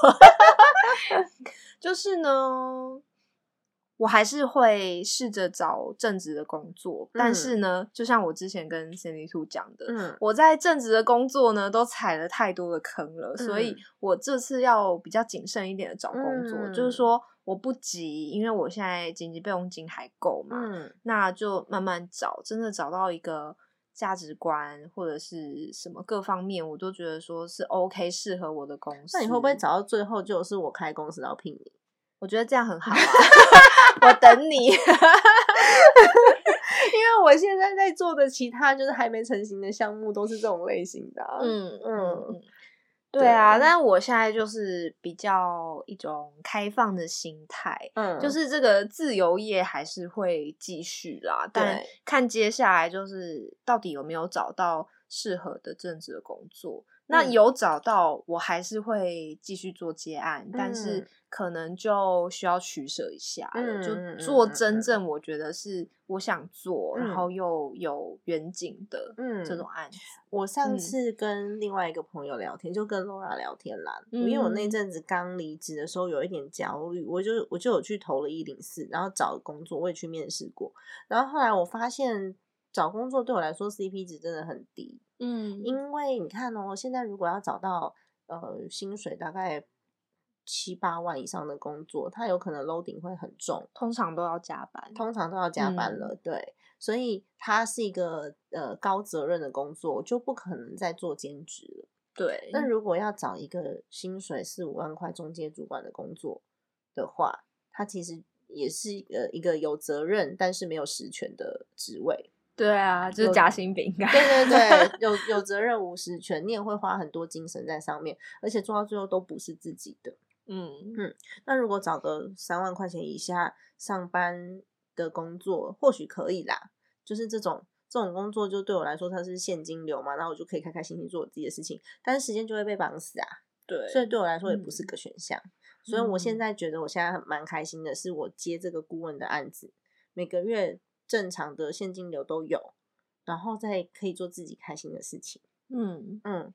就是呢，我还是会试着找正职的工作， 嗯但是呢，就像我之前跟 Sandy Two 讲的， 嗯我在正职的工作呢都踩了太多的坑了， 嗯所以我这次要比较谨慎一点的找工作， 嗯就是说我不急，因为我现在紧急备用金还够嘛， 嗯那就慢慢找，真的找到一个价值观或者是什么各方面，我都觉得说是 OK 适合我的公司。 那你会不会找到最后就是我开公司然后聘你？ 我觉得这样很好啊，我等你。 因为我现在在做的其他就是还没成型的项目都是这种类型的、啊。 嗯嗯嗯，对啊，但我现在就是比较一种开放的心态， 嗯， 就是这个自由业还是会继续啦，但对看接下来就是到底有没有找到适合的正职的工作。那嗯有找到，我还是会继续做接案， 嗯但是可能就需要取舍一下了， 嗯嗯就做嗯真正我觉得是我想做， 嗯然后又有远景的嗯这种案子。 我上嗯次跟另外一个朋友聊天，就跟 Laura 聊天啦， 嗯因为我那阵子刚离职的时候有一点焦虑，我就我就有去投了一零四，然后找工作，我也去面试过，然后后来我发现找工作对我来说 C P 值真的很低， 嗯因为你看哦，现在如果要找到呃薪水大概七八万以上的工作，它有可能 loading 会很重， 通常都要加班。 通常都要加班了，对，所以它是一个呃高责任的工作，就不可能再做兼职了。 对， 那如果要找一个薪水四五万块中阶主管的工作的话，它其实也是呃一个有责任但是没有实权的职位。 对啊，就是夹心饼干。 对对对，有有责任无实权，你也会花很多精神在上面，而且做到最后都不是自己的。 嗯嗯，那如果找个三万块钱以下上班的工作，或许可以啦。就是这种这种工作，就对我来说它是现金流嘛，然后我就可以开开心心做我自己的事情，但是时间就会被绑死啊。 对， 所以对我来说也不是嗯个选项。所以我现嗯在觉得我现在很蛮开心的，是我接这个顾问的案子，每个月正常的现金流都有，然后再可以做自己开心的事情。 嗯嗯，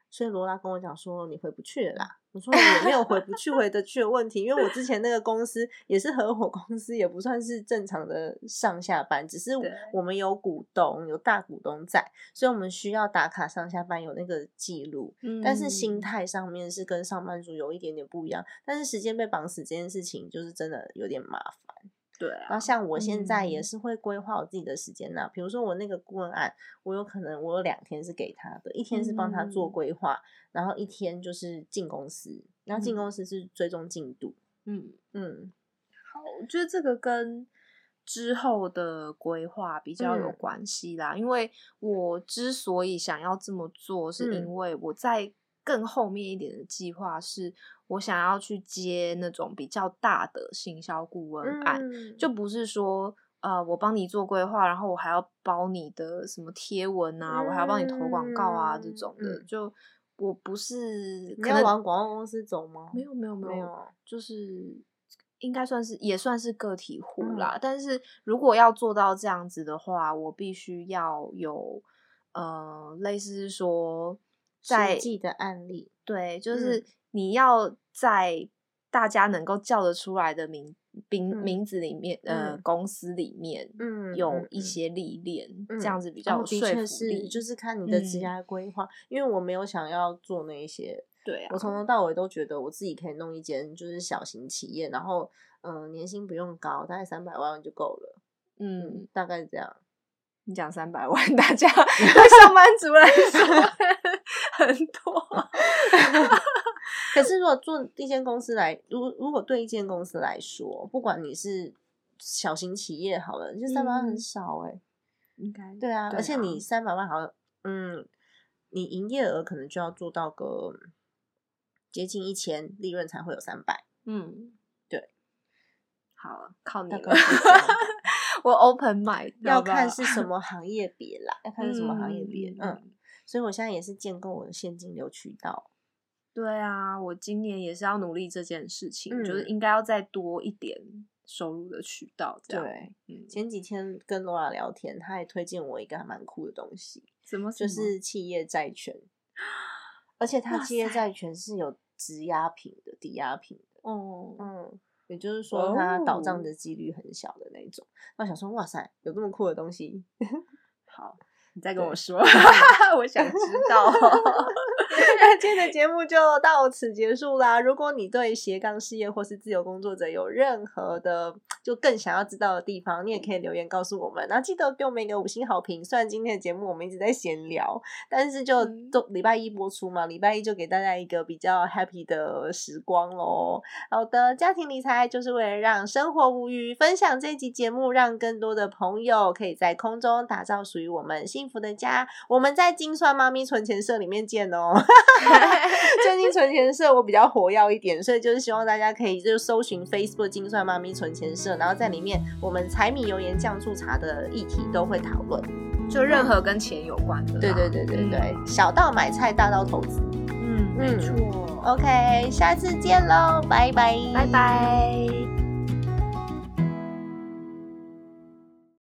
所以罗拉跟我讲说你回不去了啦。我说也没有回不去回得去的问题，因为我之前那个公司也是合伙公司，也不算是正常的上下班，只是我们有股东，有大股东在，所以我们需要打卡上下班有那个记录、嗯、但是心态上面是跟上班族有一点点不一样，但是时间被绑死这件事情就是真的有点麻烦。 对啊， 然后像我现在也是会规划我自己的时间啊、嗯、比如说我那个顾问案，我有可能我有两天是给他的，一天是帮他做规划、嗯、然后一天就是进公司，然后进公司是追踪进度。 嗯嗯，好，我觉得这个跟之后的规划比较有关系啦、嗯、因为我之所以想要这么做是因为我在更后面一点的计划是我想要去接那种比较大的行销顾问案、嗯、就不是说呃，我帮你做规划，然后我还要包你的什么贴文啊、嗯、我还要帮你投广告啊这种的、嗯、就我不是你要往广告公司走吗？ 没有没有没有，没有就是应该算是也算是个体户啦、嗯、但是如果要做到这样子的话，我必须要有呃类似说在实际的案例， 对，就是你要在大家能够叫得出来的名名、嗯、名字里面、嗯、呃公司里面有一些历练、嗯、这样子比较有说服力、哦、的确是就是看你的职业规划、嗯、因为我没有想要做那一些， 对啊， 我从头到尾都觉得我自己可以弄一间就是小型企业，然后嗯、呃、年薪不用高，大概三百万就够了，嗯, 嗯大概这样。 你讲三百万，大家对上班族来说很多。 可是如果做一间公司来，如果如果对一间公司来说，不管你是小型企业好了，就三百万很少哎、欸， 应该对啊，而且你三百万好像，嗯，你营业额可能就要做到个接近一千，利润才会有三百。嗯，对， 好，靠你了。我 open mind 要看是什么行业别啦，要看是什么行业别，嗯, 嗯，所以我现在也是建构我的现金流渠道。 对啊，我今年也是要努力这件事情，嗯、就是应该要再多一点收入的渠道。这样对、嗯，前几天跟罗拉聊天，他也推荐我一个还蛮酷的东西， 什么？ 就是企业债权，而且它企业债权是有质押品的、抵押品的。哦，嗯。也就是说它倒账的几率很小的那种、哦、我想说哇塞有这么酷的东西好你再跟我说我想知道那今天的节目就到此结束啦。如果你对斜杠事业或是自由工作者有任何的就更想要知道的地方，你也可以留言告诉我们，然后记得给我们一个五星好评。虽然今天的节目我们一直在闲聊，但是就都礼拜一播出嘛，礼拜一就给大家一个比较 happy 的时光咯。好的，家庭理财就是为了让生活无虞，分享这一集节目，让更多的朋友可以在空中打造属于我们幸福的家。我们在精算妈咪存钱社里面见哦最近存钱社我比较活跃一点，所以就是希望大家可以就搜寻 Facebook 精算妈咪存钱社，然后在里面我们柴米油盐酱醋茶的议题都会讨论， 就任何跟钱有关的、嗯、 对对对对对、嗯、小到买菜大到投资， 嗯没错、 嗯、OK 下次见咯，拜拜拜拜。